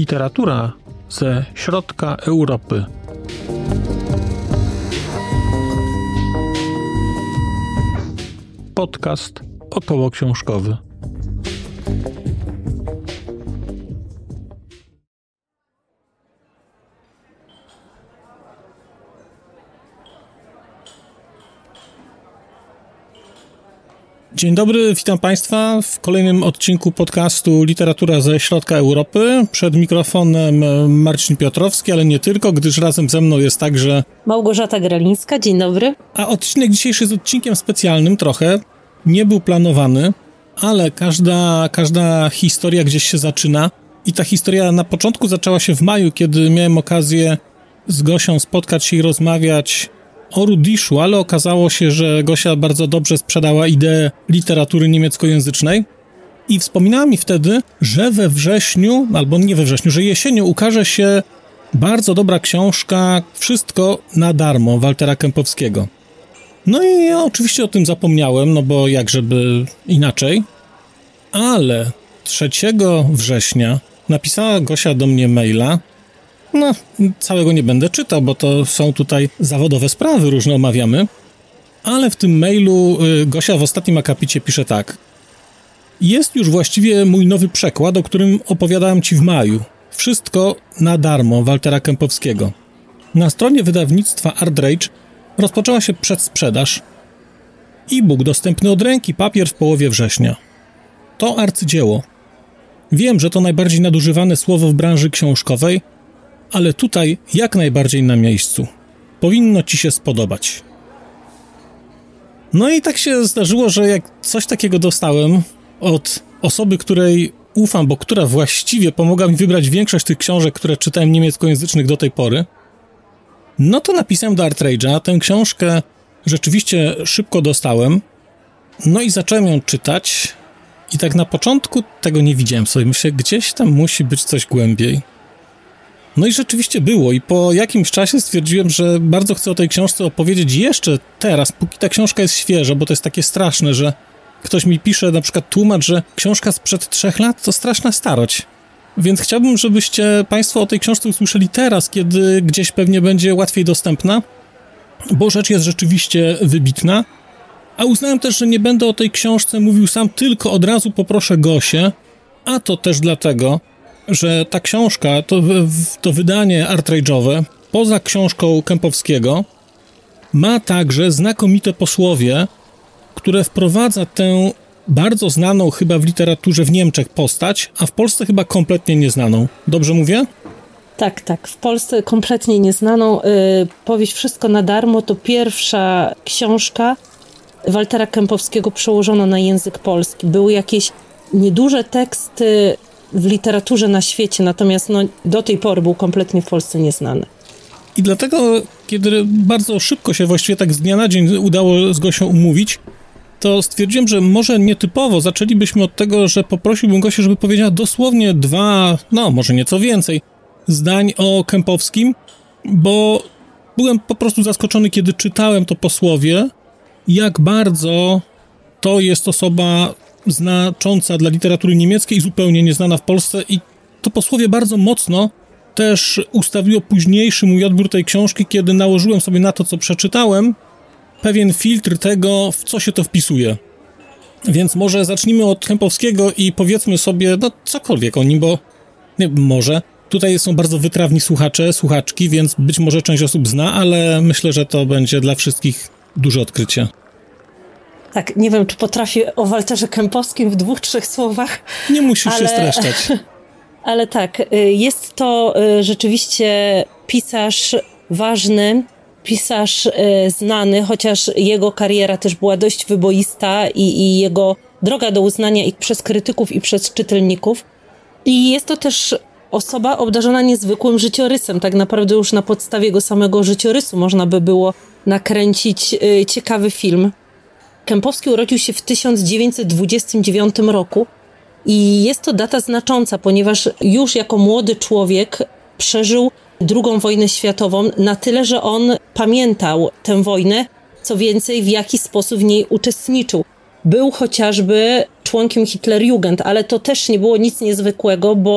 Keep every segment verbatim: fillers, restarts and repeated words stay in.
Literatura ze środka Europy. Podcast okołoksiążkowy. Dzień dobry, witam Państwa w kolejnym odcinku podcastu Literatura ze środka Europy. Przed mikrofonem Marcin Piotrowski, ale nie tylko, gdyż razem ze mną jest także Małgorzata Gralińska. Dzień dobry. A odcinek dzisiejszy jest odcinkiem specjalnym trochę. Nie był planowany, ale każda, każda historia gdzieś się zaczyna. I ta historia na początku zaczęła się w maju, kiedy miałem okazję z Gosią spotkać się i rozmawiać o Rudiszu, ale okazało się, że Gosia bardzo dobrze sprzedała ideę literatury niemieckojęzycznej i wspominała mi wtedy, że we wrześniu, albo nie we wrześniu, że jesienią ukaże się bardzo dobra książka Wszystko na darmo Waltera Kempowskiego. No i ja oczywiście o tym zapomniałem, no bo jakżeby inaczej, ale trzeciego września napisała Gosia do mnie maila. No, całego nie będę czytał, bo to są tutaj zawodowe sprawy, różne omawiamy. Ale w tym mailu Gosia w ostatnim akapicie pisze tak. Jest już właściwie mój nowy przekład, o którym opowiadałem Ci w maju. Wszystko na darmo Waltera Kempowskiego. Na stronie wydawnictwa ArtRage rozpoczęła się przedsprzedaż. E-book dostępny od ręki, papier w połowie września. To arcydzieło. Wiem, że to najbardziej nadużywane słowo w branży książkowej, ale tutaj jak najbardziej na miejscu. Powinno Ci się spodobać. No i tak się zdarzyło, że jak coś takiego dostałem od osoby, której ufam, bo która właściwie pomogła mi wybrać większość tych książek, które czytałem niemieckojęzycznych do tej pory, no to napisałem do ArtRage'a. Tę książkę rzeczywiście szybko dostałem, no i zacząłem ją czytać i tak na początku tego nie widziałem sobie. Myślę, gdzieś tam musi być coś głębiej. No i rzeczywiście było i po jakimś czasie stwierdziłem, że bardzo chcę o tej książce opowiedzieć jeszcze teraz, póki ta książka jest świeża, bo to jest takie straszne, że ktoś mi pisze, na przykład tłumacz, że książka sprzed trzech lat to straszna starość. Więc chciałbym, żebyście Państwo o tej książce usłyszeli teraz, kiedy gdzieś pewnie będzie łatwiej dostępna, bo rzecz jest rzeczywiście wybitna. A uznałem też, że nie będę o tej książce mówił sam, tylko od razu poproszę Gosię, a to też dlatego, że ta książka, to, to wydanie ArtRage'owe, poza książką Kempowskiego, ma także znakomite posłowie, które wprowadza tę bardzo znaną chyba w literaturze w Niemczech postać, a w Polsce chyba kompletnie nieznaną. Dobrze mówię? Tak, tak. W Polsce kompletnie nieznaną. Yy, powieść Wszystko na darmo to pierwsza książka Waltera Kempowskiego przełożona na język polski. Były jakieś nieduże teksty w literaturze na świecie, natomiast no, do tej pory był kompletnie w Polsce nieznany. I dlatego, kiedy bardzo szybko się właściwie tak z dnia na dzień udało z Gosią umówić, to stwierdziłem, że może nietypowo zaczęlibyśmy od tego, że poprosiłbym Gosię, żeby powiedziała dosłownie dwa, no może nieco więcej zdań o Kempowskim, bo byłem po prostu zaskoczony, kiedy czytałem to posłowie, jak bardzo to jest osoba znacząca dla literatury niemieckiej i zupełnie nieznana w Polsce i to posłowie bardzo mocno też ustawiło późniejszy mój odbiór tej książki, kiedy nałożyłem sobie na to, co przeczytałem, pewien filtr tego, w co się to wpisuje. Więc może zacznijmy od Kempowskiego i powiedzmy sobie, no cokolwiek o nim, bo nie, może tutaj są bardzo wytrawni słuchacze, słuchaczki, więc być może część osób zna, ale myślę, że to będzie dla wszystkich duże odkrycie. Tak, nie wiem, czy potrafię o Walterze Kempowskim w dwóch, trzech słowach. Nie musisz ale, się streszczać. Ale tak, jest to rzeczywiście pisarz ważny, pisarz znany, chociaż jego kariera też była dość wyboista i, i jego droga do uznania i przez krytyków, i przez czytelników. I jest to też osoba obdarzona niezwykłym życiorysem. Tak naprawdę już na podstawie jego samego życiorysu można by było nakręcić ciekawy film. Kempowski urodził się w tysiąc dziewięćset dwudziestym dziewiątym roku i jest to data znacząca, ponieważ już jako młody człowiek przeżył drugą wojnę światową na tyle, że on pamiętał tę wojnę, co więcej, w jaki sposób w niej uczestniczył. Był chociażby członkiem Hitlerjugend, ale to też nie było nic niezwykłego, bo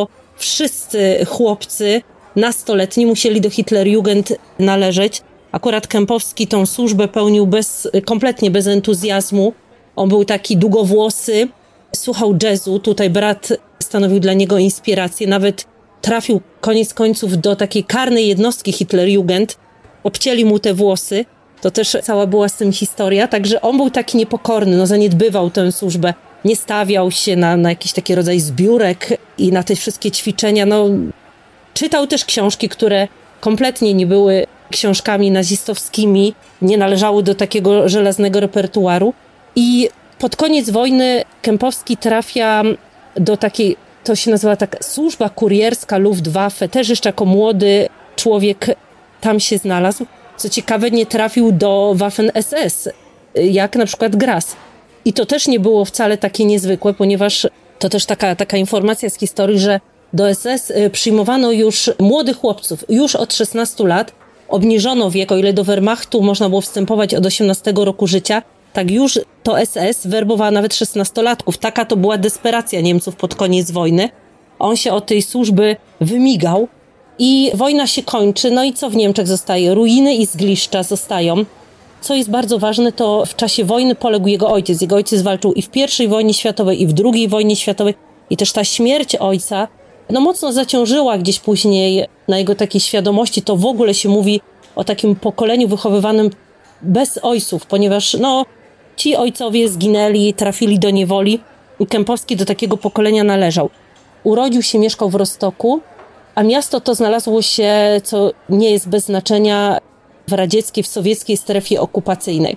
wszyscy chłopcy nastoletni musieli do Hitlerjugend należeć. Akurat Kępowski tą służbę pełnił bez, kompletnie bez entuzjazmu. On był taki długowłosy, słuchał jazzu, tutaj brat stanowił dla niego inspirację, nawet trafił koniec końców do takiej karnej jednostki Hitlerjugend, obcięli mu te włosy, to też cała była z tym historia, także on był taki niepokorny, no zaniedbywał tę służbę, nie stawiał się na, na jakiś taki rodzaj zbiórek i na te wszystkie ćwiczenia, no czytał też książki, które kompletnie nie były książkami nazistowskimi, nie należały do takiego żelaznego repertuaru i pod koniec wojny Kępowski trafia do takiej, to się nazywa tak służba kurierska Luftwaffe, też jeszcze jako młody człowiek tam się znalazł. Co ciekawe, nie trafił do Waffen S S, jak na przykład Grass. I to też nie było wcale takie niezwykłe, ponieważ to też taka, taka informacja z historii, że do S S przyjmowano już młodych chłopców, już od szesnastu lat. Obniżono wiek, o ile do Wehrmachtu można było wstępować od osiemnastego roku życia, tak już to S S werbowała nawet szesnastolatków. Taka to była desperacja Niemców pod koniec wojny. On się od tej służby wymigał i wojna się kończy. No i co w Niemczech zostaje? Ruiny i zgliszcza zostają. Co jest bardzo ważne, to w czasie wojny poległ jego ojciec. Jego ojciec walczył i w pierwszej wojnie światowej, i w drugiej wojnie światowej. I też ta śmierć ojca no mocno zaciążyła gdzieś później na jego takiej świadomości. To w ogóle się mówi o takim pokoleniu wychowywanym bez ojców, ponieważ no, ci ojcowie zginęli, trafili do niewoli i Kępowski do takiego pokolenia należał. Urodził się, mieszkał w Rostoku, a miasto to znalazło się, co nie jest bez znaczenia, w radzieckiej, w sowieckiej strefie okupacyjnej.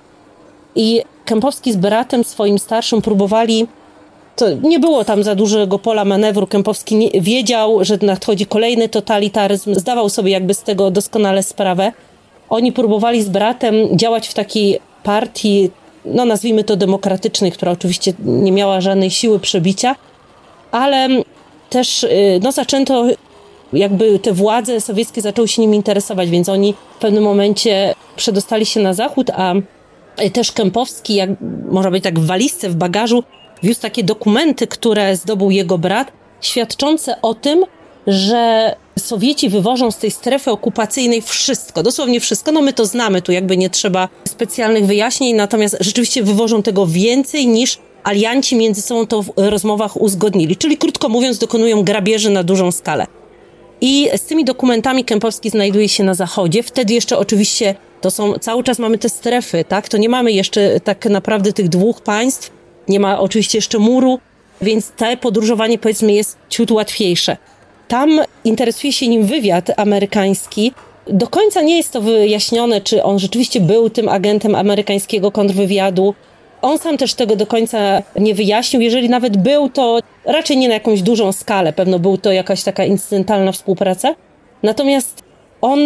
I Kępowski z bratem swoim starszym próbowali, to nie było tam za dużego pola manewru, Kępowski nie, wiedział, że nadchodzi kolejny totalitaryzm, zdawał sobie jakby z tego doskonale sprawę. Oni próbowali z bratem działać w takiej partii, no nazwijmy to demokratycznej, która oczywiście nie miała żadnej siły przebicia, ale też no, zaczęto, jakby te władze sowieckie zaczęły się nim interesować, więc oni w pewnym momencie przedostali się na zachód, a też Kępowski, jak można być tak w walizce, w bagażu, wiózł takie dokumenty, które zdobył jego brat, świadczące o tym, że Sowieci wywożą z tej strefy okupacyjnej wszystko, dosłownie wszystko. No my to znamy, tu jakby nie trzeba specjalnych wyjaśnień, natomiast rzeczywiście wywożą tego więcej niż alianci między sobą to w rozmowach uzgodnili. Czyli krótko mówiąc, dokonują grabieży na dużą skalę. I z tymi dokumentami Kępowski znajduje się na zachodzie. Wtedy jeszcze oczywiście to są, cały czas mamy te strefy, tak? To nie mamy jeszcze tak naprawdę tych dwóch państw. Nie ma oczywiście jeszcze muru, więc te podróżowanie, powiedzmy, jest ciut łatwiejsze. Tam interesuje się nim wywiad amerykański. Do końca nie jest to wyjaśnione, czy on rzeczywiście był tym agentem amerykańskiego kontrwywiadu. On sam też tego do końca nie wyjaśnił. Jeżeli nawet był, to raczej nie na jakąś dużą skalę. Pewno był to jakaś taka incydentalna współpraca. Natomiast on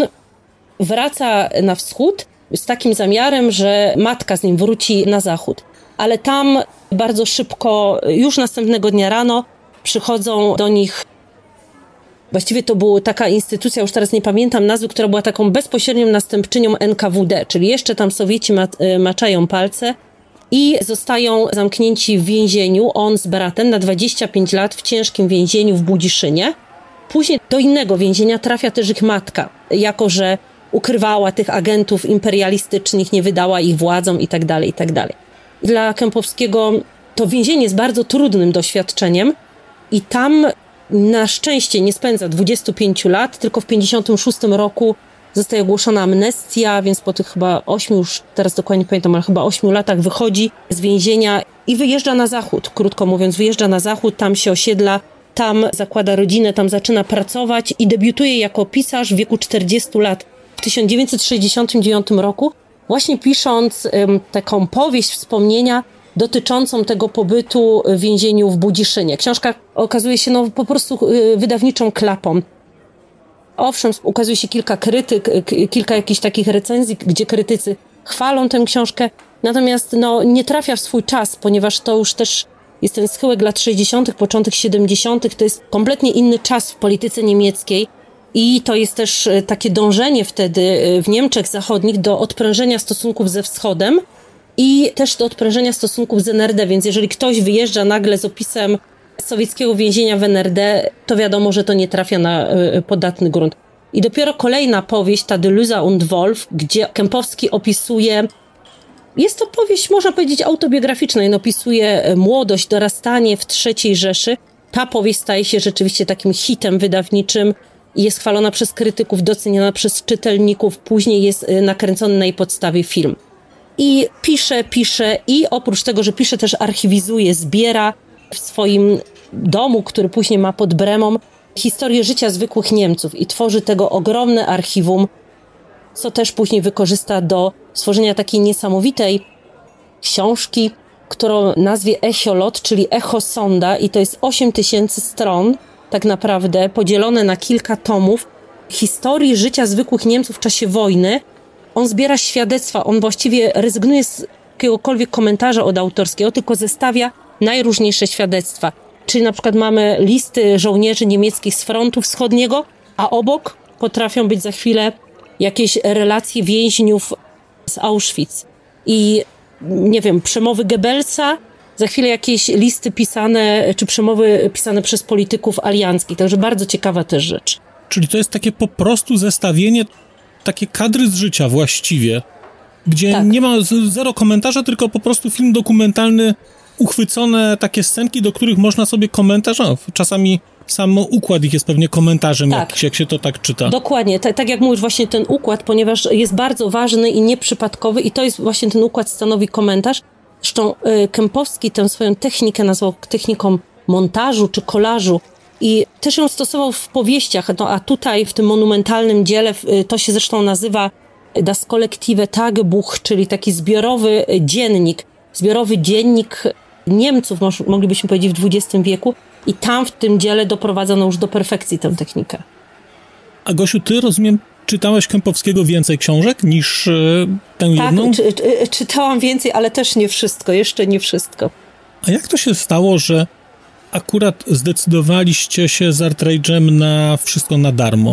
wraca na wschód z takim zamiarem, że matka z nim wróci na zachód. Ale tam bardzo szybko, już następnego dnia rano, przychodzą do nich. Właściwie to była taka instytucja, już teraz nie pamiętam nazwy, która była taką bezpośrednią następczynią N K W D, czyli jeszcze tam Sowieci maczają palce i zostają zamknięci w więzieniu, on z bratem, na dwadzieścia pięć lat w ciężkim więzieniu w Budziszynie. Później do innego więzienia trafia też ich matka, jako że ukrywała tych agentów imperialistycznych, nie wydała ich władzom i tak dalej, i tak dalej. Dla Kępowskiego to więzienie jest bardzo trudnym doświadczeniem i tam na szczęście nie spędza dwudziestu pięciu lat, tylko w pięćdziesiątym szóstym roku zostaje ogłoszona amnestia, więc po tych chyba ośmiu, już teraz dokładnie pamiętam, ale chyba ośmiu latach wychodzi z więzienia i wyjeżdża na zachód, krótko mówiąc, wyjeżdża na zachód, tam się osiedla, tam zakłada rodzinę, tam zaczyna pracować i debiutuje jako pisarz w wieku czterdziestu lat w tysiąc dziewięćset sześćdziesiątym dziewiątym roku, właśnie pisząc um, taką powieść, wspomnienia dotyczącą tego pobytu w więzieniu w Budziszynie. Książka okazuje się no, po prostu wydawniczą klapą. Owszem, ukazuje się kilka krytyk, kilka jakichś takich recenzji, gdzie krytycy chwalą tę książkę, natomiast no, nie trafia w swój czas, ponieważ to już też jest ten schyłek lat sześćdziesiątych, początek siedemdziesiątych, to jest kompletnie inny czas w polityce niemieckiej i to jest też takie dążenie wtedy w Niemczech Zachodnich do odprężenia stosunków ze Wschodem i też do odprężenia stosunków z N R D, więc jeżeli ktoś wyjeżdża nagle z opisem sowieckiego więzienia w N R D, to wiadomo, że to nie trafia na y, podatny grunt. I dopiero kolejna powieść, ta Delusa und Wolf, gdzie Kępowski opisuje, jest to powieść, można powiedzieć, autobiograficzna, i opisuje młodość, dorastanie w trzeciej Rzeszy. Ta powieść staje się rzeczywiście takim hitem wydawniczym, jest chwalona przez krytyków, doceniana przez czytelników, później jest nakręcony na jej podstawie film. I pisze, pisze i oprócz tego, że pisze, też archiwizuje, zbiera w swoim domu, który później ma pod Bremą, historię życia zwykłych Niemców i tworzy tego ogromne archiwum, co też później wykorzysta do stworzenia takiej niesamowitej książki, którą nazwie Echolot, czyli Echo Sonda, i to jest osiem tysięcy stron, tak naprawdę, podzielone na kilka tomów historii życia zwykłych Niemców w czasie wojny. On zbiera świadectwa, on właściwie rezygnuje z jakiegokolwiek komentarza od autorskiego, tylko zestawia najróżniejsze świadectwa. Czyli na przykład mamy listy żołnierzy niemieckich z frontu wschodniego, a obok potrafią być za chwilę jakieś relacje więźniów z Auschwitz. I nie wiem, przemowy Goebbelsa, za chwilę jakieś listy pisane, czy przemowy pisane przez polityków alianckich. Także bardzo ciekawa też rzecz. Czyli to jest takie po prostu zestawienie, takie kadry z życia właściwie, gdzie tak. nie ma zero komentarza, tylko po prostu film dokumentalny, uchwycone takie scenki, do których można sobie komentarz, no, czasami sam układ ich jest pewnie komentarzem, tak. jak, jak się to tak czyta. Dokładnie, tak, tak jak mówisz, właśnie ten układ, ponieważ jest bardzo ważny i nieprzypadkowy i to jest właśnie ten układ stanowi komentarz. Zresztą y, Kępowski tę swoją technikę nazwał techniką montażu czy kolażu i też ją stosował w powieściach, no a tutaj w tym monumentalnym dziele y, to się zresztą nazywa Das kollektive Tagebuch, czyli taki zbiorowy dziennik, zbiorowy dziennik Niemców, moż, moglibyśmy powiedzieć w dwudziestym wieku, i tam w tym dziele doprowadzono już do perfekcji tę technikę. A Gosiu, ty, rozumiem, czytałeś Kępowskiego więcej książek niż y, tę jedną? Tak, czy, czy, czytałam więcej, ale też nie wszystko, jeszcze nie wszystko. A jak to się stało, że akurat zdecydowaliście się z Art Rage'em na wszystko na darmo?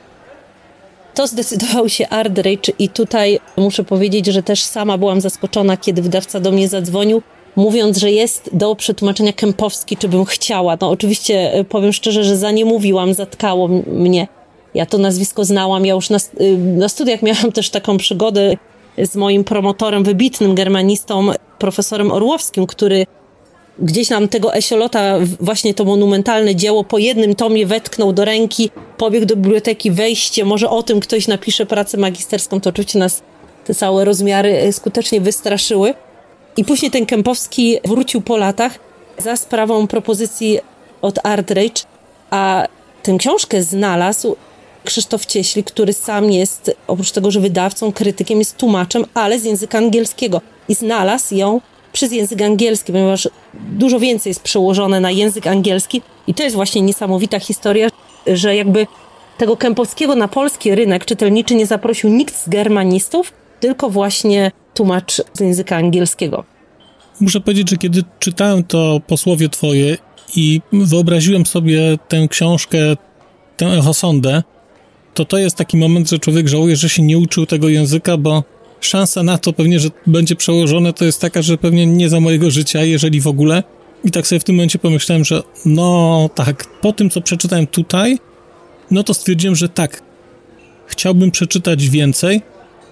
To zdecydował się Art Rage i tutaj muszę powiedzieć, że też sama byłam zaskoczona, kiedy wydawca do mnie zadzwonił, mówiąc, że jest do przetłumaczenia Kępowski, czy bym chciała. No oczywiście powiem szczerze, że za nie mówiłam, zatkało mnie. Ja to nazwisko znałam, ja już na, na studiach miałam też taką przygodę z moim promotorem, wybitnym germanistą, profesorem Orłowskim, który gdzieś nam tego Echolota, właśnie to monumentalne dzieło, po jednym tomie wetknął do ręki, pobiegł do biblioteki, wejście, może o tym ktoś napisze pracę magisterską, to oczywiście nas te całe rozmiary skutecznie wystraszyły. I później ten Kępowski wrócił po latach za sprawą propozycji od Art Rage, a tę książkę znalazł Krzysztof Cieślik, który sam jest, oprócz tego, że wydawcą, krytykiem, jest tłumaczem, ale z języka angielskiego. I znalazł ją przez język angielski, ponieważ dużo więcej jest przełożone na język angielski. I to jest właśnie niesamowita historia, że jakby tego Kępowskiego na polski rynek czytelniczy nie zaprosił nikt z germanistów, tylko właśnie tłumacz z języka angielskiego. Muszę powiedzieć, że kiedy czytałem to posłowie twoje i wyobraziłem sobie tę książkę, tę Echosondę, to to jest taki moment, że człowiek żałuje, że się nie uczył tego języka, bo szansa na to pewnie, że będzie przełożone, to jest taka, że pewnie nie za mojego życia, jeżeli w ogóle. I tak sobie w tym momencie pomyślałem, że no tak, po tym, co przeczytałem tutaj, no to stwierdziłem, że tak, chciałbym przeczytać więcej,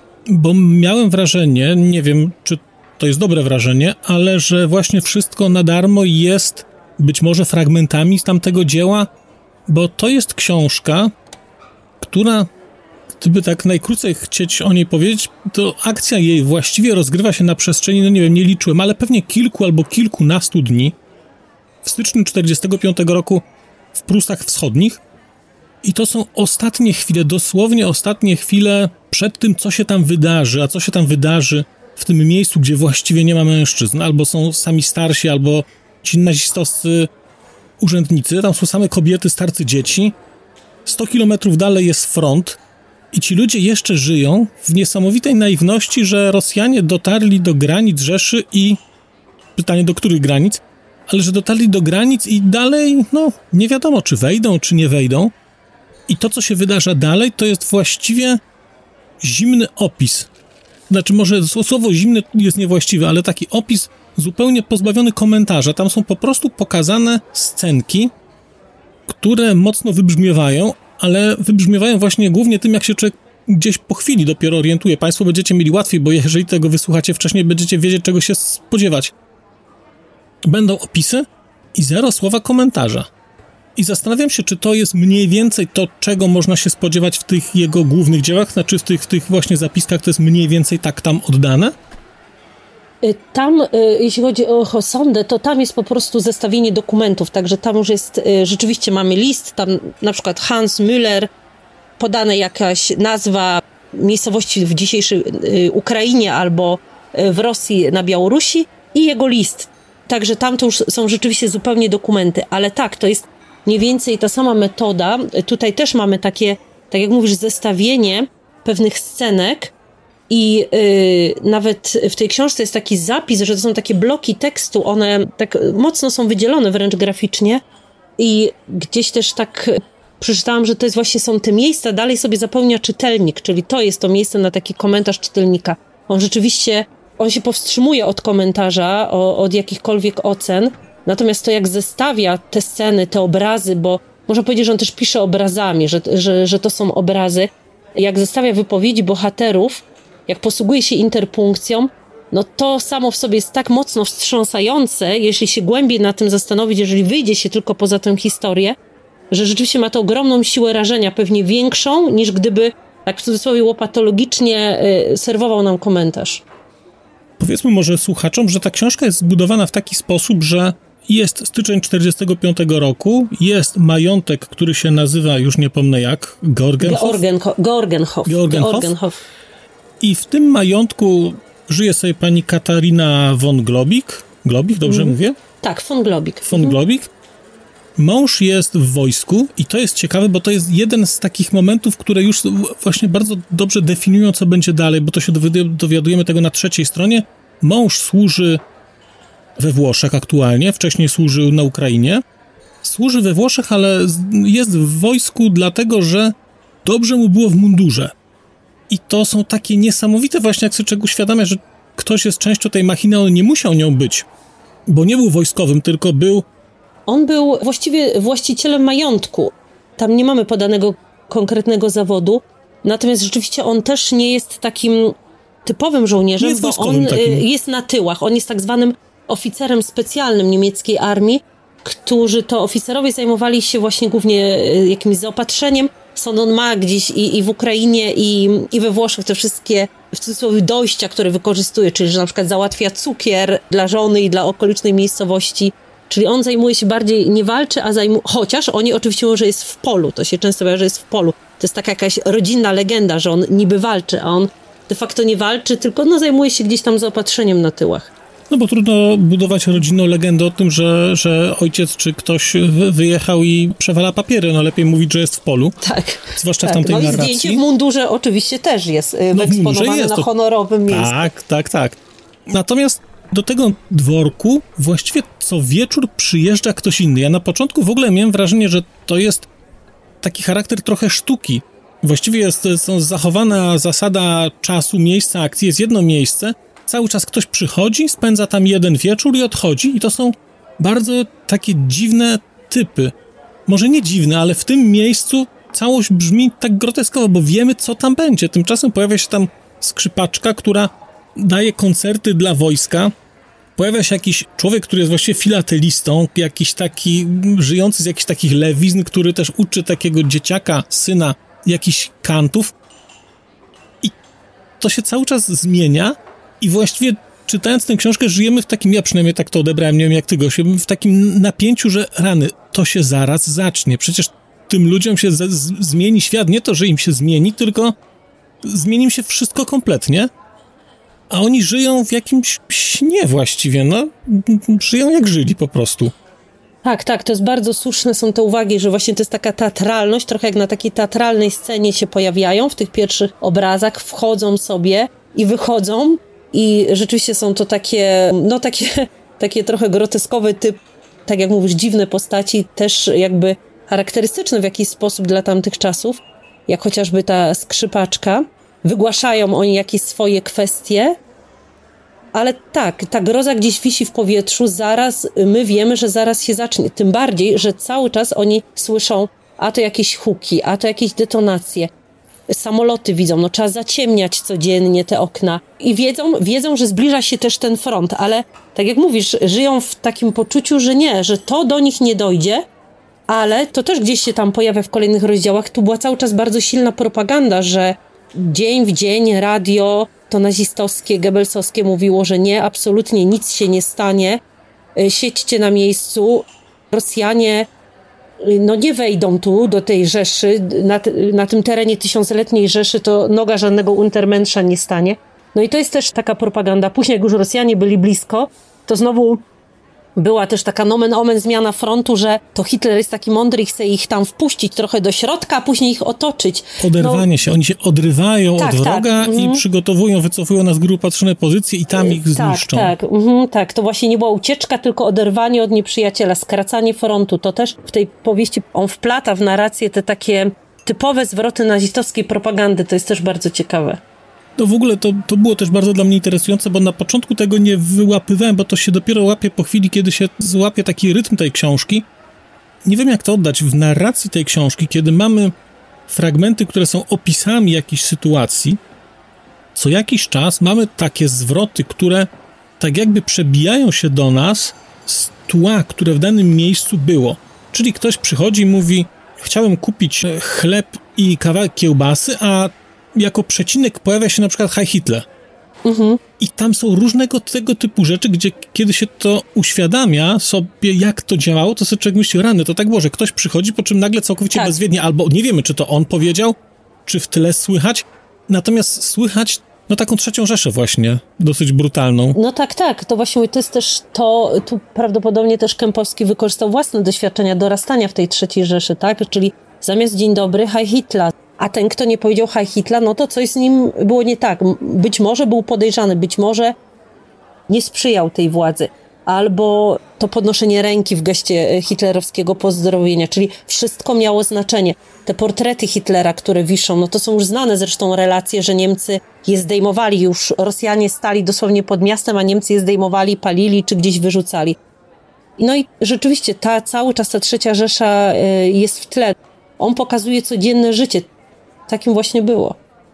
bo miałem wrażenie, nie wiem, czy to jest dobre wrażenie, ale że właśnie wszystko na darmo jest być może fragmentami z tamtego dzieła, bo to jest książka, która, gdyby tak najkrócej chcieć o niej powiedzieć, to akcja jej właściwie rozgrywa się na przestrzeni, no nie wiem, nie liczyłem, ale pewnie kilku albo kilkunastu dni w styczniu czterdziestego piątego roku w Prusach Wschodnich. I to są ostatnie chwile, dosłownie ostatnie chwile przed tym, co się tam wydarzy, a co się tam wydarzy w tym miejscu, gdzie właściwie nie ma mężczyzn, albo są sami starsi, albo ci nazistowscy urzędnicy, tam są same kobiety, starcy, dzieci. sto kilometrów dalej jest front i ci ludzie jeszcze żyją w niesamowitej naiwności, że Rosjanie dotarli do granic Rzeszy i... Pytanie, do których granic? Ale że dotarli do granic i dalej, no, nie wiadomo, czy wejdą, czy nie wejdą. I to, co się wydarza dalej, to jest właściwie zimny opis znaczy może słowo zimny jest niewłaściwe, ale taki opis zupełnie pozbawiony komentarza. Tam są po prostu pokazane scenki, które mocno wybrzmiewają, ale wybrzmiewają właśnie głównie tym, jak się człowiek gdzieś po chwili dopiero orientuje. Państwo będziecie mieli łatwiej, bo jeżeli tego wysłuchacie wcześniej, będziecie wiedzieć, czego się spodziewać. Będą opisy i zero słowa komentarza. I zastanawiam się, czy to jest mniej więcej to, czego można się spodziewać w tych jego głównych dziełach, znaczy w tych, w tych właśnie zapiskach to jest mniej więcej tak tam oddane? Tam, jeśli chodzi o Hossondę, to tam jest po prostu zestawienie dokumentów, także tam już jest, rzeczywiście mamy list, tam na przykład Hans Müller, podana jakaś nazwa miejscowości w dzisiejszej Ukrainie albo w Rosji na Białorusi i jego list. Także tam to już są rzeczywiście zupełnie dokumenty, ale tak, to jest mniej więcej ta sama metoda. Tutaj też mamy takie, tak jak mówisz, zestawienie pewnych scenek i yy, nawet w tej książce jest taki zapis, że to są takie bloki tekstu, one tak mocno są wydzielone wręcz graficznie i gdzieś też tak przeczytałam, że to jest właśnie są te miejsca, dalej sobie zapełnia czytelnik, czyli to jest to miejsce na taki komentarz czytelnika. On rzeczywiście, on się powstrzymuje od komentarza, o, od jakichkolwiek ocen, natomiast to jak zestawia te sceny, te obrazy, bo można powiedzieć, że on też pisze obrazami, że, że, że to są obrazy, jak zestawia wypowiedzi bohaterów, jak posługuje się interpunkcją, no to samo w sobie jest tak mocno wstrząsające, jeśli się głębiej na tym zastanowić, jeżeli wyjdzie się tylko poza tę historię, że rzeczywiście ma to ogromną siłę rażenia, pewnie większą, niż gdyby, tak w cudzysłowie łopatologicznie, y, serwował nam komentarz. Powiedzmy może słuchaczom, że ta książka jest zbudowana w taki sposób, że jest styczeń czterdziestego piątego roku, jest majątek, który się nazywa, już nie pomnę jak, Georgenhof? Georgenhof. Georgenhof. Georgenhof. Georgenhof. I w tym majątku żyje sobie pani Katarina von Globig. Globig, dobrze mm. mówię? Tak, von Globig. Von mm. Globig. Mąż jest w wojsku i to jest ciekawe, bo to jest jeden z takich momentów, które już właśnie bardzo dobrze definiują, co będzie dalej, bo to się dowiadujemy tego na trzeciej stronie. Mąż służy we Włoszech aktualnie, wcześniej służył na Ukrainie. Służy we Włoszech, ale jest w wojsku dlatego, że dobrze mu było w mundurze. I to są takie niesamowite właśnie, jak sobie czego uświadamia, że ktoś jest częścią tej machiny, on nie musiał nią być, bo nie był wojskowym, tylko był... On był właściwie właścicielem majątku. Tam nie mamy podanego konkretnego zawodu, natomiast rzeczywiście on też nie jest takim typowym żołnierzem, jest bo on takim. jest na tyłach. On jest tak zwanym oficerem specjalnym niemieckiej armii, którzy to oficerowie zajmowali się właśnie głównie jakimś zaopatrzeniem. Stąd on ma gdzieś i, i w Ukrainie, i, i we Włoszech te wszystkie, w cudzysłowie, dojścia, które wykorzystuje, czyli że na przykład załatwia cukier dla żony i dla okolicznej miejscowości. Czyli on zajmuje się bardziej, nie walczy, a zajmuje, chociaż oni oczywiście mówią, że jest w polu, to się często mówi, że jest w polu. To jest taka jakaś rodzinna legenda, że on niby walczy, a on de facto nie walczy, tylko no, zajmuje się gdzieś tam zaopatrzeniem na tyłach. No bo trudno budować rodzinną legendę o tym, że, że ojciec czy ktoś wyjechał i przewala papiery. No lepiej mówić, że jest w polu. Tak. Zwłaszcza tak. w tamtej no narracji. No i zdjęcie w mundurze oczywiście też jest no, wyeksponowane jest, na to... honorowym miejscu. Tak, tak, tak. Natomiast do tego dworku właściwie co wieczór przyjeżdża ktoś inny. Ja na początku w ogóle miałem wrażenie, że to jest taki charakter trochę sztuki. Właściwie jest, jest zachowana zasada czasu, miejsca, akcji. Jest jedno miejsce. Cały czas ktoś przychodzi, spędza tam jeden wieczór i odchodzi. I to są bardzo takie dziwne typy. Może nie dziwne, ale w tym miejscu całość brzmi tak groteskowo, bo wiemy, co tam będzie. Tymczasem pojawia się tam skrzypaczka, która daje koncerty dla wojska. Pojawia się jakiś człowiek, który jest właściwie filatelistą, jakiś taki, żyjący z jakichś takich lewizn, który też uczy takiego dzieciaka, syna, jakichś kantów. I to się cały czas zmienia i właściwie czytając tę książkę żyjemy w takim, ja przynajmniej tak to odebrałem, nie wiem jak ty, Gosiu, w takim napięciu, że rany, to się zaraz zacznie. Przecież tym ludziom się z- z- zmieni świat, nie to, że im się zmieni, tylko zmieni im się wszystko kompletnie. A oni żyją w jakimś śnie właściwie, no. Żyją jak żyli po prostu. Tak, tak, to jest bardzo słuszne są te uwagi, że właśnie to jest taka teatralność, trochę jak na takiej teatralnej scenie się pojawiają w tych pierwszych obrazach, wchodzą sobie i wychodzą i rzeczywiście są to takie, no takie, takie trochę groteskowy typ, tak jak mówisz, dziwne postaci, też jakby charakterystyczne w jakiś sposób dla tamtych czasów, jak chociażby ta skrzypaczka. wygłaszają oni jakieś swoje kwestie, ale tak, ta groza gdzieś wisi w powietrzu, zaraz, my wiemy, że zaraz się zacznie, tym bardziej, że cały czas oni słyszą, a to jakieś huki, a to jakieś detonacje, samoloty widzą, no trzeba zaciemniać codziennie te okna i wiedzą, wiedzą, że zbliża się też ten front, ale tak jak mówisz, żyją w takim poczuciu, że nie, że to do nich nie dojdzie, ale to też gdzieś się tam pojawia w kolejnych rozdziałach, tu była cały czas bardzo silna propaganda, że dzień w dzień radio to nazistowskie, Goebbelsowskie mówiło, że nie, absolutnie nic się nie stanie, siedźcie na miejscu, Rosjanie no nie wejdą tu do tej Rzeszy, na, na tym terenie tysiącletniej Rzeszy to noga żadnego Untermenscha nie stanie. No i to jest też taka propaganda. Później jak już Rosjanie byli blisko, to znowu była też taka nomen omen zmiana frontu, że to Hitler jest taki mądry i chce ich tam wpuścić trochę do środka, a później ich otoczyć. Oderwanie no, się, oni się odrywają tak, od wroga tak, i mm. przygotowują, wycofują na z góry patrzone pozycje i tam ich zniszczą. Tak, tak, mm, tak, to właśnie nie była ucieczka, tylko oderwanie od nieprzyjaciela, skracanie frontu. To też w tej powieści on wplata w narrację te takie typowe zwroty nazistowskiej propagandy, to jest też bardzo ciekawe. No w ogóle to, to było też bardzo dla mnie interesujące, bo na początku tego nie wyłapywałem, bo to się dopiero łapie po chwili, kiedy się złapie taki rytm tej książki. Nie wiem, jak to oddać. W narracji tej książki, kiedy mamy fragmenty, które są opisami jakiejś sytuacji, co jakiś czas mamy takie zwroty, które tak jakby przebijają się do nas z tła, które w danym miejscu było. Czyli ktoś przychodzi i mówi, chciałem kupić chleb i kawałek kiełbasy, a jako przecinek pojawia się na przykład Heil Hitler. Mhm. I tam są różnego tego typu rzeczy, gdzie kiedy się to uświadamia sobie, jak to działało, to sobie człowiek myśli, rany, to tak było, że ktoś przychodzi, po czym nagle całkowicie tak. bezwiednie, albo nie wiemy, czy to on powiedział, czy w tyle słychać, natomiast słychać no taką trzecią Rzeszę właśnie, dosyć brutalną. No tak, tak, to właśnie to jest też to, tu prawdopodobnie też Kępowski wykorzystał własne doświadczenia dorastania w tej trzeciej Rzeszy, tak, czyli zamiast dzień dobry, Heil Hitler. A ten, kto nie powiedział Heil Hitler, no to coś z nim było nie tak. Być może był podejrzany, być może nie sprzyjał tej władzy. Albo to podnoszenie ręki w geście hitlerowskiego pozdrowienia, czyli wszystko miało znaczenie. Te portrety Hitlera, które wiszą, no to są już znane zresztą relacje, że Niemcy je zdejmowali już. Rosjanie stali dosłownie pod miastem, a Niemcy je zdejmowali, palili czy gdzieś wyrzucali. No i rzeczywiście ta, cały czas ta trzecia Rzesza jest w tle. On pokazuje codzienne życie. Takim właśnie było.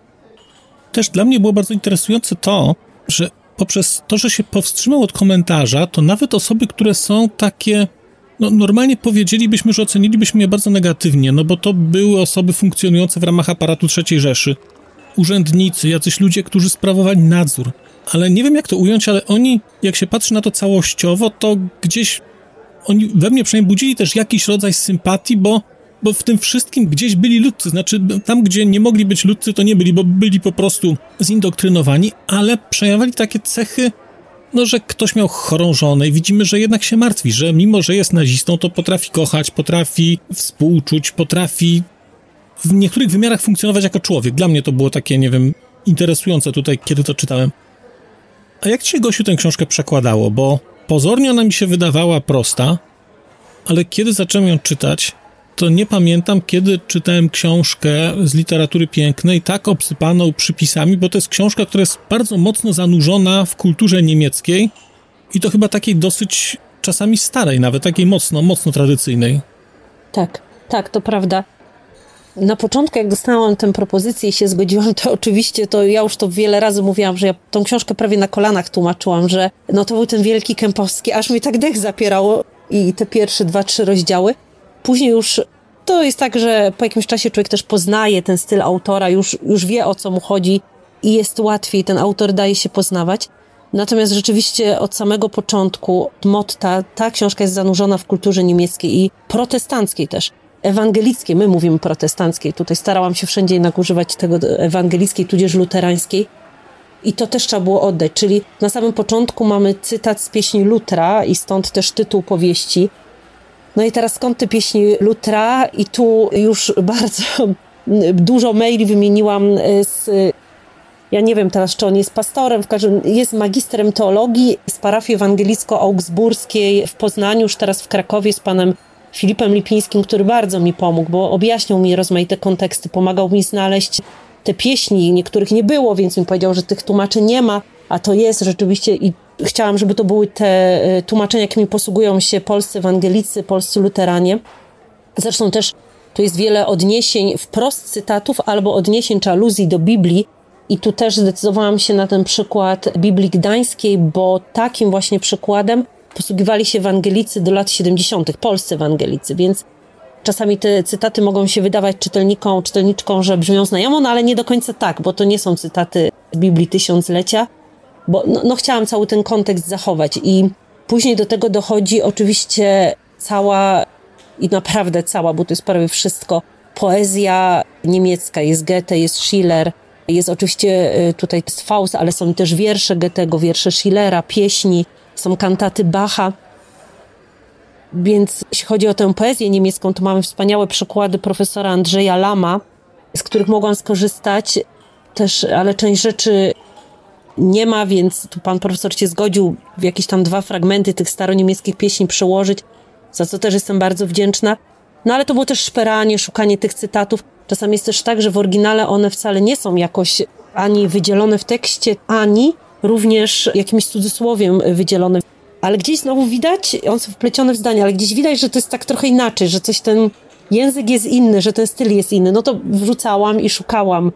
Też dla mnie było bardzo interesujące to, że poprzez to, że się powstrzymał od komentarza, to nawet osoby, które są takie, no normalnie powiedzielibyśmy, że ocenilibyśmy je bardzo negatywnie, no bo to były osoby funkcjonujące w ramach aparatu trzeciej Rzeszy. Urzędnicy, jacyś ludzie, którzy sprawowali nadzór. Ale nie wiem, jak to ująć, ale oni, jak się patrzy na to całościowo, to gdzieś oni we mnie przynajmniej budzili też jakiś rodzaj sympatii, bo bo w tym wszystkim gdzieś byli ludcy, znaczy tam, gdzie nie mogli być ludcy, to nie byli, bo byli po prostu zindoktrynowani, ale przejawiali takie cechy, no, że ktoś miał chorą żonę i widzimy, że jednak się martwi, że mimo, że jest nazistą, to potrafi kochać, potrafi współczuć, potrafi w niektórych wymiarach funkcjonować jako człowiek. Dla mnie to było takie, nie wiem, interesujące tutaj, kiedy to czytałem. A jak ci się, Gosiu, tę książkę przekładało? Bo pozornie ona mi się wydawała prosta, ale kiedy zacząłem ją czytać, to nie pamiętam, kiedy czytałem książkę z literatury pięknej tak obsypaną przypisami, bo to jest książka, która jest bardzo mocno zanurzona w kulturze niemieckiej i to chyba takiej dosyć czasami starej, nawet takiej mocno, mocno tradycyjnej. Tak, tak, to prawda. Na początku, jak dostałam tę propozycję i się zgodziłam, to oczywiście, to ja już to wiele razy mówiłam, że ja tą książkę prawie na kolanach tłumaczyłam, że no to był ten wielki Kępowski, aż mi tak dech zapierało i te pierwsze dwa, trzy rozdziały. Później już to jest tak, że po jakimś czasie człowiek też poznaje ten styl autora, już, już wie, o co mu chodzi i jest łatwiej, ten autor daje się poznawać. Natomiast rzeczywiście od samego początku Motta, ta książka jest zanurzona w kulturze niemieckiej i protestanckiej też, ewangelickiej, my mówimy protestanckiej, tutaj starałam się wszędzie jednak używać tego ewangelickiej, tudzież luterańskiej i to też trzeba było oddać, czyli na samym początku mamy cytat z pieśni Lutra i stąd też tytuł powieści. No i teraz skąd te pieśni Lutra? I tu już bardzo dużo maili wymieniłam z... Ja nie wiem teraz, czy on jest pastorem, w każdym jest magistrem teologii z parafii ewangelicko-augsburskiej w Poznaniu, już teraz w Krakowie z panem Filipem Lipińskim, który bardzo mi pomógł, bo objaśniał mi rozmaite konteksty, pomagał mi znaleźć te pieśni, niektórych nie było, więc mi powiedział, że tych tłumaczeń nie ma, a to jest rzeczywiście i chciałam, żeby to były te tłumaczenia, jakimi posługują się polscy ewangelicy, polscy luteranie. Zresztą też tu jest wiele odniesień, wprost cytatów albo odniesień czy aluzji do Biblii i tu też zdecydowałam się na ten przykład Biblii Gdańskiej, bo takim właśnie przykładem posługiwali się ewangelicy do lat siedemdziesiątych, polscy ewangelicy, więc czasami te cytaty mogą się wydawać czytelnikom, czytelniczkom, że brzmią znajomo, no ale nie do końca tak, bo to nie są cytaty Biblii Tysiąclecia, bo no, no chciałam cały ten kontekst zachować i później do tego dochodzi oczywiście cała i naprawdę cała, bo to jest prawie wszystko, poezja niemiecka, jest Goethe, jest Schiller, jest oczywiście tutaj jest Faust, ale są też wiersze Goethego, wiersze Schillera, pieśni, są kantaty Bacha. Więc jeśli chodzi o tę poezję niemiecką, to mamy wspaniałe przykłady profesora Andrzeja Lama, z których mogłam skorzystać też, ale część rzeczy nie ma, więc tu pan profesor się zgodził w jakieś tam dwa fragmenty tych staroniemieckich pieśni przełożyć, za co też jestem bardzo wdzięczna. No ale to było też szperanie, szukanie tych cytatów. Czasami jest też tak, że w oryginale one wcale nie są jakoś ani wydzielone w tekście, ani również jakimś cudzysłowiem wydzielone. Ale gdzieś znowu widać, one są wplecione w zdania, ale gdzieś widać, że to jest tak trochę inaczej, że coś ten język jest inny, że ten styl jest inny. No to wrzucałam i szukałam.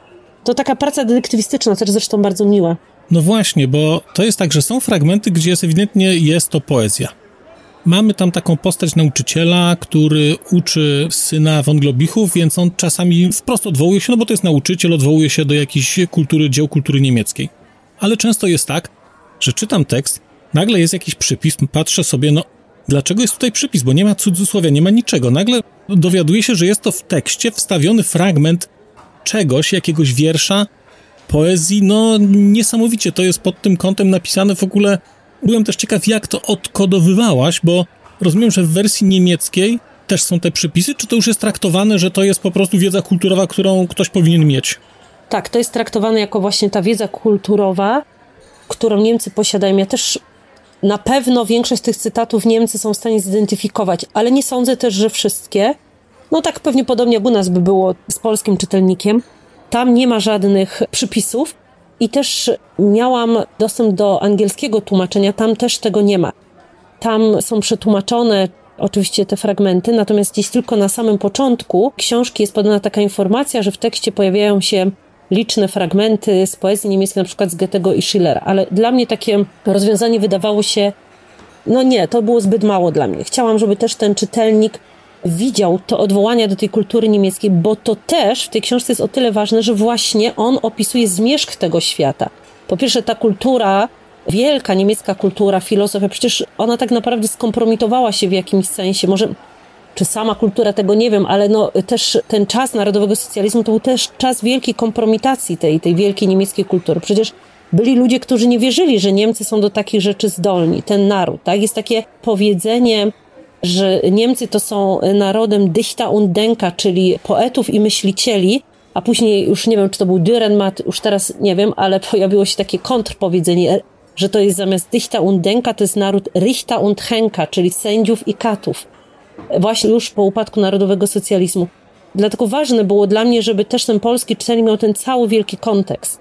To taka praca detektywistyczna, też zresztą bardzo miła. No właśnie, bo to jest tak, że są fragmenty, gdzie jest ewidentnie jest to poezja. Mamy tam taką postać nauczyciela, który uczy syna wątlobichów, więc on czasami wprost odwołuje się, no bo to jest nauczyciel, odwołuje się do jakiejś kultury, dzieł kultury niemieckiej. Ale często jest tak, że czytam tekst, nagle jest jakiś przypis, patrzę sobie, no dlaczego jest tutaj przypis, bo nie ma cudzysłowia, nie ma niczego. Nagle dowiaduję się, że jest to w tekście wstawiony fragment czegoś, jakiegoś wiersza, poezji, no niesamowicie, to jest pod tym kątem napisane w ogóle. Byłem też ciekaw, jak to odkodowywałaś, bo rozumiem, że w wersji niemieckiej też są te przypisy, czy to już jest traktowane, że to jest po prostu wiedza kulturowa, którą ktoś powinien mieć? Tak, to jest traktowane jako właśnie ta wiedza kulturowa, którą Niemcy posiadają. Ja też na pewno większość tych cytatów Niemcy są w stanie zidentyfikować, ale nie sądzę też, że wszystkie. No tak pewnie podobnie jak u nas by było z polskim czytelnikiem. Tam nie ma żadnych przypisów i też miałam dostęp do angielskiego tłumaczenia, tam też tego nie ma. Tam są przetłumaczone oczywiście te fragmenty, natomiast gdzieś tylko na samym początku książki jest podana taka informacja, że w tekście pojawiają się liczne fragmenty z poezji niemieckiej, na przykład z Goethego i Schillera, ale dla mnie takie rozwiązanie wydawało się, no nie, to było zbyt mało dla mnie. Chciałam, żeby też ten czytelnik widział to odwołania do tej kultury niemieckiej, bo to też w tej książce jest o tyle ważne, że właśnie on opisuje zmierzch tego świata. Po pierwsze, ta kultura, wielka niemiecka kultura, filozofia, przecież ona tak naprawdę skompromitowała się w jakimś sensie, może czy sama kultura, tego nie wiem, ale no też ten czas narodowego socjalizmu to był też czas wielkiej kompromitacji tej, tej wielkiej niemieckiej kultury. Przecież byli ludzie, którzy nie wierzyli, że Niemcy są do takich rzeczy zdolni, ten naród, tak? Jest takie powiedzenie, że Niemcy to są narodem Dichter und Denker, czyli poetów i myślicieli, a później już nie wiem, czy to był Dürrenmatt, już teraz nie wiem, ale pojawiło się takie kontrpowiedzenie, że to jest zamiast Dichter und Denker, to jest naród Richter und Henker, czyli sędziów i katów. Właśnie już po upadku narodowego socjalizmu. Dlatego ważne było dla mnie, żeby też ten polski czytelnik miał ten cały wielki kontekst.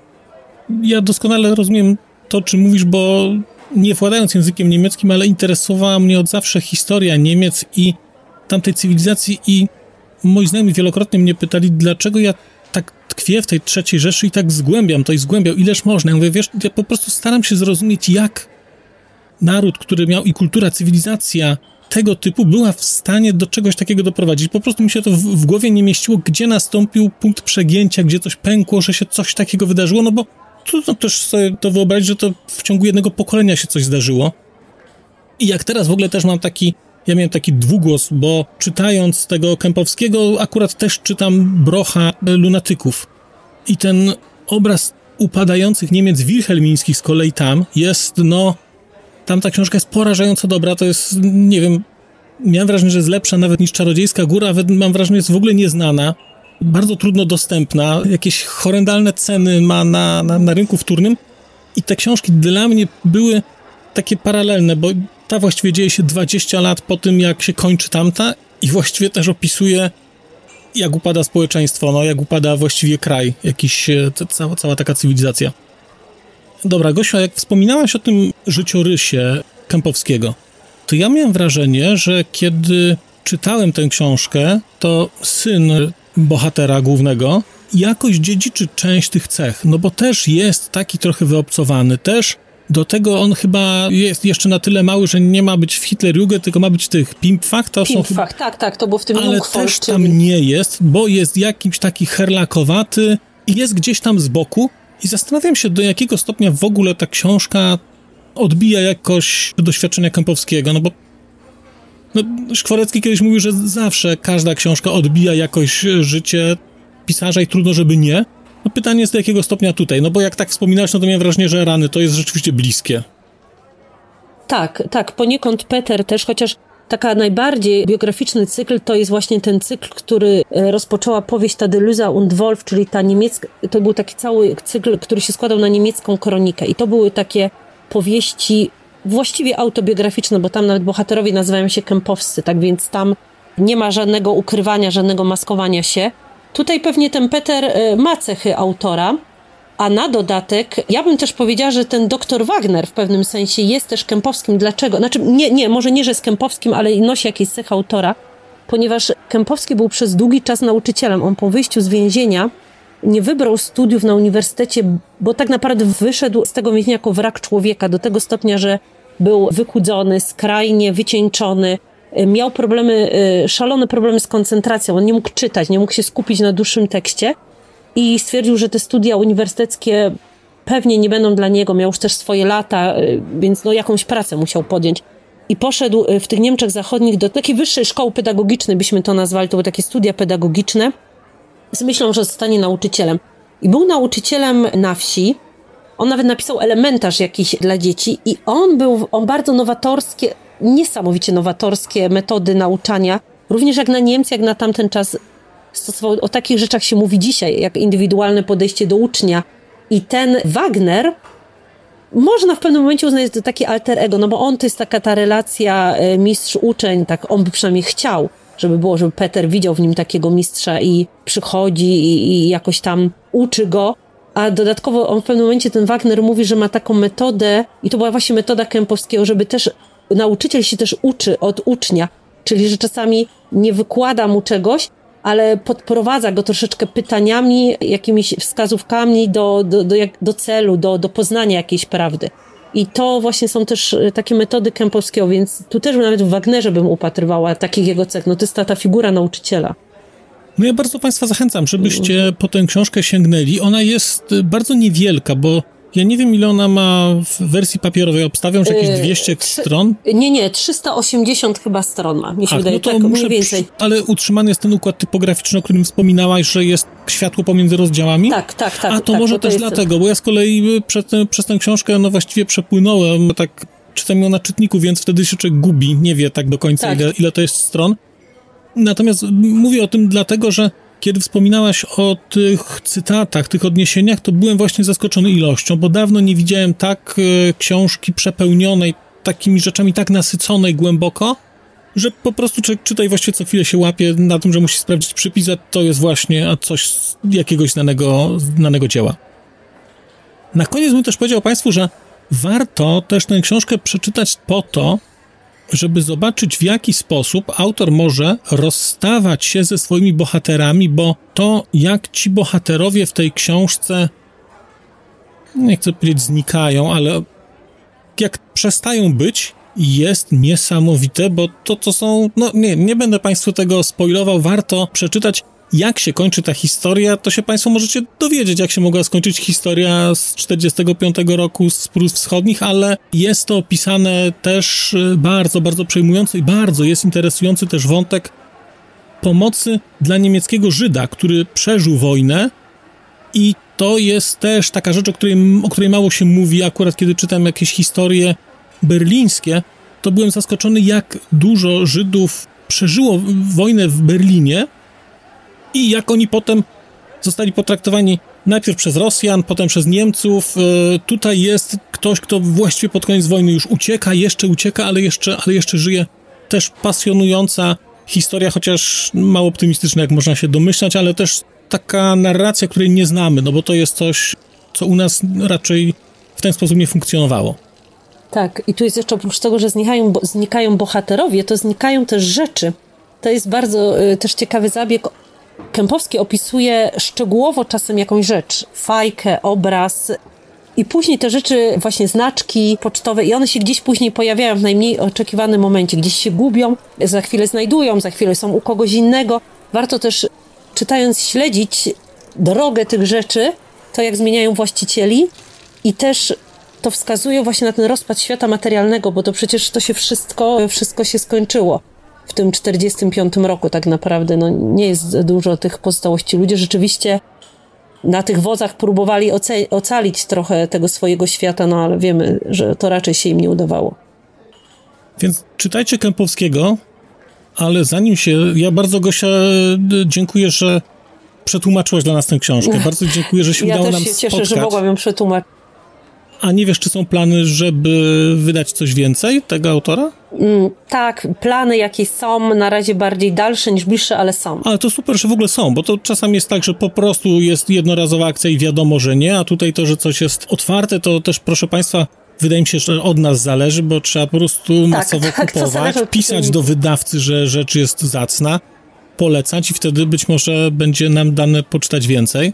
Ja doskonale rozumiem to, o czym mówisz, bo nie władając językiem niemieckim, ale interesowała mnie od zawsze historia Niemiec i tamtej cywilizacji i moi znajomi wielokrotnie mnie pytali, dlaczego ja tak tkwię w tej trzeciej Rzeszy i tak zgłębiam to i zgłębiam, ileż można. Ja mówię, wiesz, ja po prostu staram się zrozumieć, jak naród, który miał i kultura, cywilizacja tego typu była w stanie do czegoś takiego doprowadzić. Po prostu mi się to w, w głowie nie mieściło, gdzie nastąpił punkt przegięcia, gdzie coś pękło, że się coś takiego wydarzyło, no bo trudno też sobie to wyobrazić, że to w ciągu jednego pokolenia się coś zdarzyło. I jak teraz w ogóle też mam taki, ja miałem taki dwugłos, bo czytając tego Kępowskiego, akurat też czytam Brocha Lunatyków. I ten obraz upadających Niemiec wilhelmińskich z kolei tam jest, no, tam ta książka jest porażająco dobra, to jest, nie wiem, miałem wrażenie, że jest lepsza nawet niż Czarodziejska Góra, nawet mam wrażenie, że jest w ogóle nieznana, bardzo trudno dostępna, jakieś horrendalne ceny ma na, na, na rynku wtórnym i te książki dla mnie były takie paralelne, bo ta właściwie dzieje się dwadzieścia lat po tym, jak się kończy tamta i właściwie też opisuje jak upada społeczeństwo, no jak upada właściwie kraj, jakiś, cała, cała taka cywilizacja. Dobra, Gosiu, jak wspominałaś o tym życiorysie Kępowskiego, to ja miałem wrażenie, że kiedy czytałem tę książkę, to syn bohatera głównego jakoś dziedziczy część tych cech, no bo też jest taki trochę wyobcowany, też do tego on chyba jest jeszcze na tyle mały, że nie ma być w Hitlerjugend, tylko ma być w tych Pimpfach. To Pimpfach, są... tak, tak, to było w tym Ale Jungfrau, też czyli... tam nie jest, bo jest jakimś taki herlakowaty i jest gdzieś tam z boku i zastanawiam się, do jakiego stopnia w ogóle ta książka odbija jakoś doświadczenia Kępowskiego, no bo no, Szkworecki kiedyś mówił, że zawsze każda książka odbija jakoś życie pisarza i trudno, żeby nie. No pytanie jest, do jakiego stopnia tutaj, no bo jak tak wspominasz, no to miałem wrażenie, że Rany to jest rzeczywiście bliskie. Tak, tak, poniekąd Peter też, chociaż taka najbardziej biograficzny cykl to jest właśnie ten cykl, który rozpoczęła powieść Tadeusa und Wolf, czyli ta niemiecka, to był taki cały cykl, który się składał na niemiecką kronikę i to były takie powieści właściwie autobiograficzne, bo tam nawet bohaterowie nazywają się kępowscy, tak więc tam nie ma żadnego ukrywania, żadnego maskowania się. Tutaj pewnie ten Peter ma cechy autora, a na dodatek ja bym też powiedziała, że ten doktor Wagner w pewnym sensie jest też Kępowskim. Dlaczego? Znaczy nie, nie, może nie, że jest Kępowskim, ale nosi jakieś cechy autora, ponieważ Kępowski był przez długi czas nauczycielem. On po wyjściu z więzienia nie wybrał studiów na uniwersytecie, bo tak naprawdę wyszedł z tego więzienia jako wrak człowieka, do tego stopnia, że był wychudzony, skrajnie wycieńczony, miał problemy, szalone problemy z koncentracją, on nie mógł czytać, nie mógł się skupić na dłuższym tekście i stwierdził, że te studia uniwersyteckie pewnie nie będą dla niego, miał już też swoje lata, więc no jakąś pracę musiał podjąć. I poszedł w tych Niemczech Zachodnich do takiej wyższej szkoły pedagogicznej, byśmy to nazwali, to były takie studia pedagogiczne, z myślą, że zostanie nauczycielem. I był nauczycielem na wsi. On nawet napisał elementarz jakiś dla dzieci i on był, on bardzo nowatorskie, niesamowicie nowatorskie metody nauczania, również jak na Niemcy, jak na tamten czas stosował. O takich rzeczach się mówi dzisiaj, jak indywidualne podejście do ucznia. I ten Wagner można w pewnym momencie uznać za takie alter ego, no bo on to jest taka ta relacja mistrz-uczeń, tak on by przynajmniej chciał, żeby było, żeby Peter widział w nim takiego mistrza i przychodzi i, i jakoś tam uczy go. A dodatkowo on w pewnym momencie, ten Wagner mówi, że ma taką metodę i to była właśnie metoda Kępowskiego, żeby też nauczyciel się też uczy od ucznia, czyli że czasami nie wykłada mu czegoś, ale podprowadza go troszeczkę pytaniami, jakimiś wskazówkami do, do, do, jak, do celu, do, do poznania jakiejś prawdy. I to właśnie są też takie metody Kępowskiego, więc tu też nawet w Wagnerze bym upatrywała takich jego cech. No to jest ta, ta figura nauczyciela. No ja bardzo Państwa zachęcam, żebyście po tę książkę sięgnęli. Ona jest bardzo niewielka, bo ja nie wiem, ile ona ma w wersji papierowej. Obstawiam, że jakieś dwieście Trzy, stron? Nie, nie, trzysta osiemdziesiąt chyba stron ma, mi się Ach, wydaje, no to tak muszę, mniej więcej. Ale utrzymany jest ten układ typograficzny, o którym wspominałaś, że jest światło pomiędzy rozdziałami? Tak, tak, tak. A to tak, może to też jest... dlatego, bo ja z kolei przez tę, przez tę książkę no właściwie przepłynąłem, tak czytam ją na czytniku, więc wtedy się człowiek gubi, nie wie tak do końca, tak. ile, ile to jest stron. Natomiast mówię o tym dlatego, że kiedy wspominałaś o tych cytatach, tych odniesieniach, to byłem właśnie zaskoczony ilością, bo dawno nie widziałem tak e, książki przepełnionej takimi rzeczami, tak nasyconej głęboko, że po prostu człowiek czyta i właściwie co chwilę się łapie na tym, że musi sprawdzić przypis, a to jest właśnie coś z jakiegoś znanego, znanego dzieła. Na koniec bym też powiedział Państwu, że warto też tę książkę przeczytać po to, żeby zobaczyć, w jaki sposób autor może rozstawać się ze swoimi bohaterami, bo to, jak ci bohaterowie w tej książce, nie chcę powiedzieć znikają, ale jak przestają być, jest niesamowite, bo to, co są, no nie, nie będę Państwu tego spoilował, warto przeczytać, jak się kończy ta historia, to się Państwo możecie dowiedzieć, jak się mogła skończyć historia z czterdziestego piątego roku z Prus Wschodnich, ale jest to opisane też bardzo, bardzo przejmująco i bardzo jest interesujący też wątek pomocy dla niemieckiego Żyda, który przeżył wojnę i to jest też taka rzecz, o której, o której mało się mówi. Akurat kiedy czytam jakieś historie berlińskie, to byłem zaskoczony, jak dużo Żydów przeżyło wojnę w Berlinie i jak oni potem zostali potraktowani najpierw przez Rosjan, potem przez Niemców. Tutaj jest ktoś, kto właściwie pod koniec wojny już ucieka, jeszcze ucieka, ale jeszcze, ale jeszcze żyje. Też pasjonująca historia, chociaż mało optymistyczna, jak można się domyślać, ale też taka narracja, której nie znamy, no bo to jest coś, co u nas raczej w ten sposób nie funkcjonowało. Tak, i tu jest jeszcze oprócz tego, że znikają, bo, znikają bohaterowie, to znikają też rzeczy. To jest bardzo y, też ciekawy zabieg. Kępowski opisuje szczegółowo czasem jakąś rzecz, fajkę, obraz i później te rzeczy, właśnie znaczki pocztowe i one się gdzieś później pojawiają w najmniej oczekiwanym momencie, gdzieś się gubią, za chwilę znajdują, za chwilę są u kogoś innego. Warto też, czytając, śledzić drogę tych rzeczy, to jak zmieniają właścicieli i też to wskazuje właśnie na ten rozpad świata materialnego, bo to przecież to się wszystko, wszystko się skończyło w tym czterdziestym piątym roku tak naprawdę. No, nie jest dużo tych pozostałości. Ludzie rzeczywiście na tych wozach próbowali oce- ocalić trochę tego swojego świata, no ale wiemy, że to raczej się im nie udawało. Więc czytajcie Kępowskiego, ale zanim się... Ja bardzo, Gosia, dziękuję, że przetłumaczyłaś dla nas tę książkę. Bardzo dziękuję, że się ja udało nam spotkać. Ja też się cieszę, spotkać. że mogłam ją przetłumaczyć. A nie wiesz, czy są plany, żeby wydać coś więcej tego autora? Mm, tak, plany jakieś są, na razie bardziej dalsze niż bliższe, ale są. Ale to super, że w ogóle są, bo to czasami jest tak, że po prostu jest jednorazowa akcja i wiadomo, że nie, a tutaj to, że coś jest otwarte, to też, proszę Państwa, wydaje mi się, że od nas zależy, bo trzeba po prostu tak, masowo tak, kupować, pisać do wydawcy, że rzecz jest zacna, polecać i wtedy być może będzie nam dane poczytać więcej.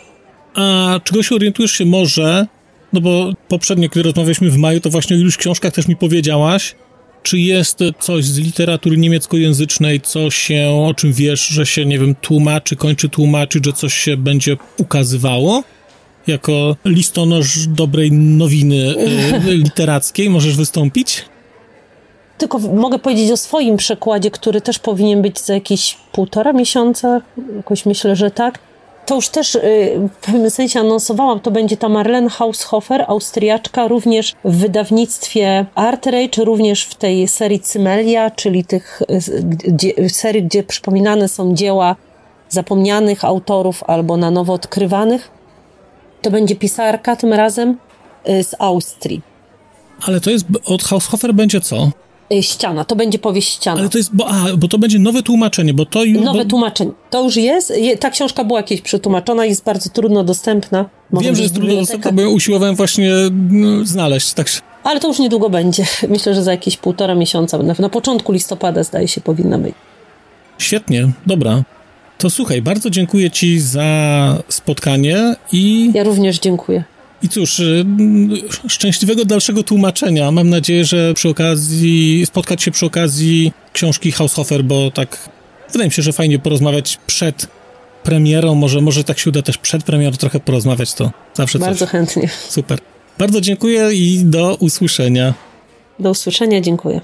A czego się orientujesz się może... No bo poprzednio, kiedy rozmawialiśmy w maju, to właśnie o iluś książkach też mi powiedziałaś, czy jest coś z literatury niemieckojęzycznej, co się, o czym wiesz, że się, nie wiem, tłumaczy, kończy tłumaczyć, że coś się będzie ukazywało? Jako listonosz dobrej nowiny y, literackiej możesz wystąpić? Tylko mogę powiedzieć o swoim przekładzie, który też powinien być za jakieś półtora miesiąca, jakoś myślę, że tak. To już też w pewnym sensie anonsowałam, to będzie ta Marlene Haushofer, Austriaczka, również w wydawnictwie Art Rage, również w tej serii Cymelia, czyli tych gdzie, serii, gdzie przypominane są dzieła zapomnianych autorów albo na nowo odkrywanych. To będzie pisarka tym razem z Austrii. Ale to jest, od Haushofer będzie co? Ściana, to będzie powieść Ściana. Ale to jest, bo, a, bo to będzie nowe tłumaczenie, bo to już... Nowe bo... tłumaczenie. To już jest. Ta książka była kiedyś przetłumaczona, jest bardzo trudno dostępna. Może Wiem, że jest trudno dostępna, bo ją usiłowałem właśnie no, znaleźć. Tak. Ale to już niedługo będzie. Myślę, że za jakieś półtora miesiąca. Na, na początku listopada, zdaje się, powinna być. Świetnie, dobra. To słuchaj, bardzo dziękuję Ci za spotkanie i... Ja również dziękuję. I cóż, szczęśliwego dalszego tłumaczenia. Mam nadzieję, że przy okazji, spotkać się przy okazji książki Haushofer, bo tak wydaje mi się, że fajnie porozmawiać przed premierą. Może, może tak się uda też przed premierą trochę porozmawiać, to zawsze coś. Bardzo chętnie. Super. Bardzo dziękuję i do usłyszenia. Do usłyszenia, dziękuję.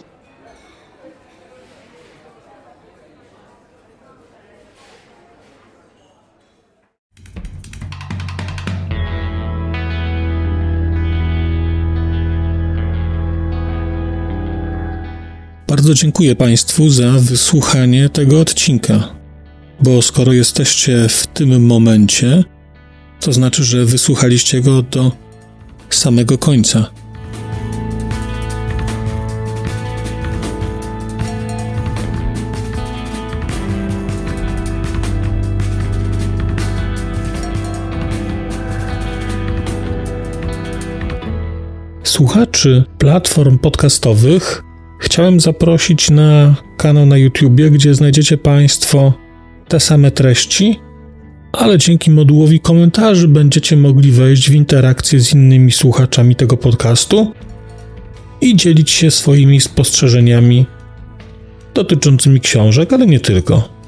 Bardzo dziękuję Państwu za wysłuchanie tego odcinka, bo skoro jesteście w tym momencie, to znaczy, że wysłuchaliście go do samego końca. Słuchaczy platform podcastowych chciałem zaprosić na kanał na YouTubie, gdzie znajdziecie Państwo te same treści, ale dzięki modułowi komentarzy będziecie mogli wejść w interakcję z innymi słuchaczami tego podcastu i dzielić się swoimi spostrzeżeniami dotyczącymi książek, ale nie tylko.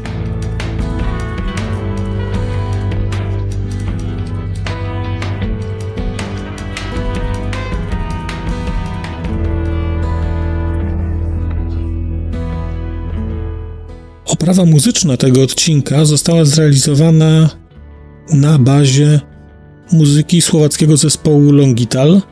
Oprawa muzyczna tego odcinka została zrealizowana na bazie muzyki słowackiego zespołu Longital.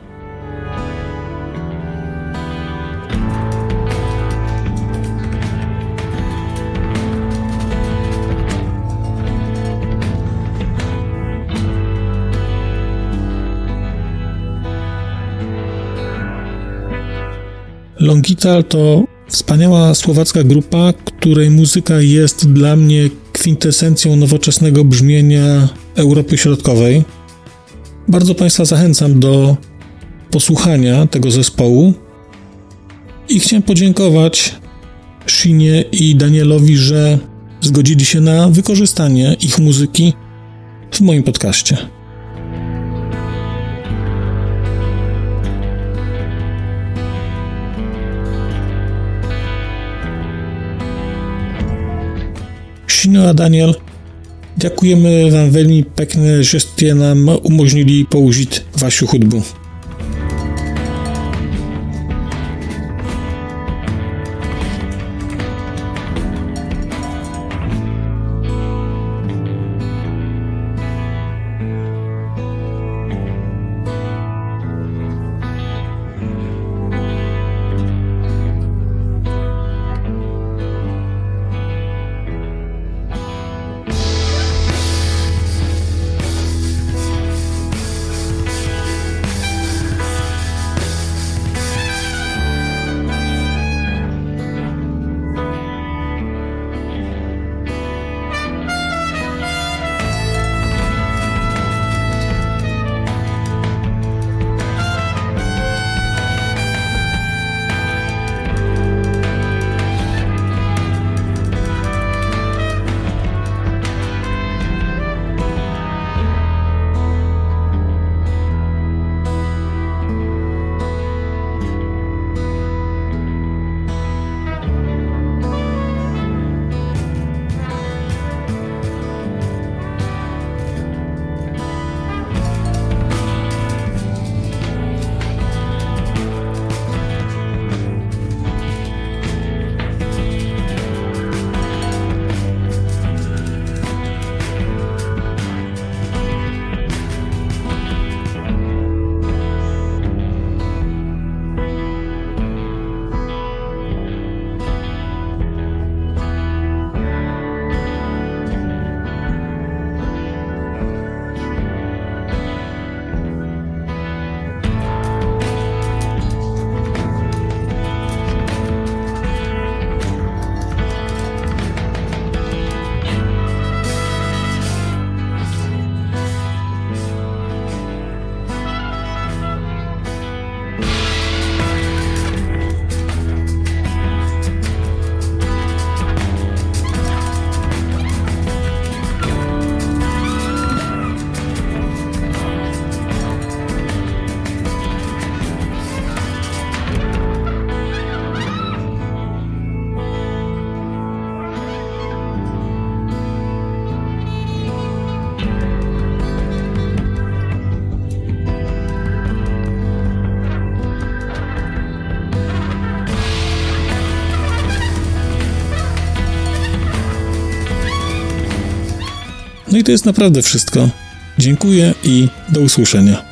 Longital to Wspaniała słowacka grupa, której muzyka jest dla mnie kwintesencją nowoczesnego brzmienia Europy Środkowej. Bardzo Państwa zachęcam do posłuchania tego zespołu i chciałem podziękować Shinie i Danielowi, że zgodzili się na wykorzystanie ich muzyki w moim podcaście. Shino a Daniel, ďakujeme vám veľmi pekne, že ste nám umožnili použiť vašu hudbu. No i to jest naprawdę wszystko. Dziękuję i do usłyszenia.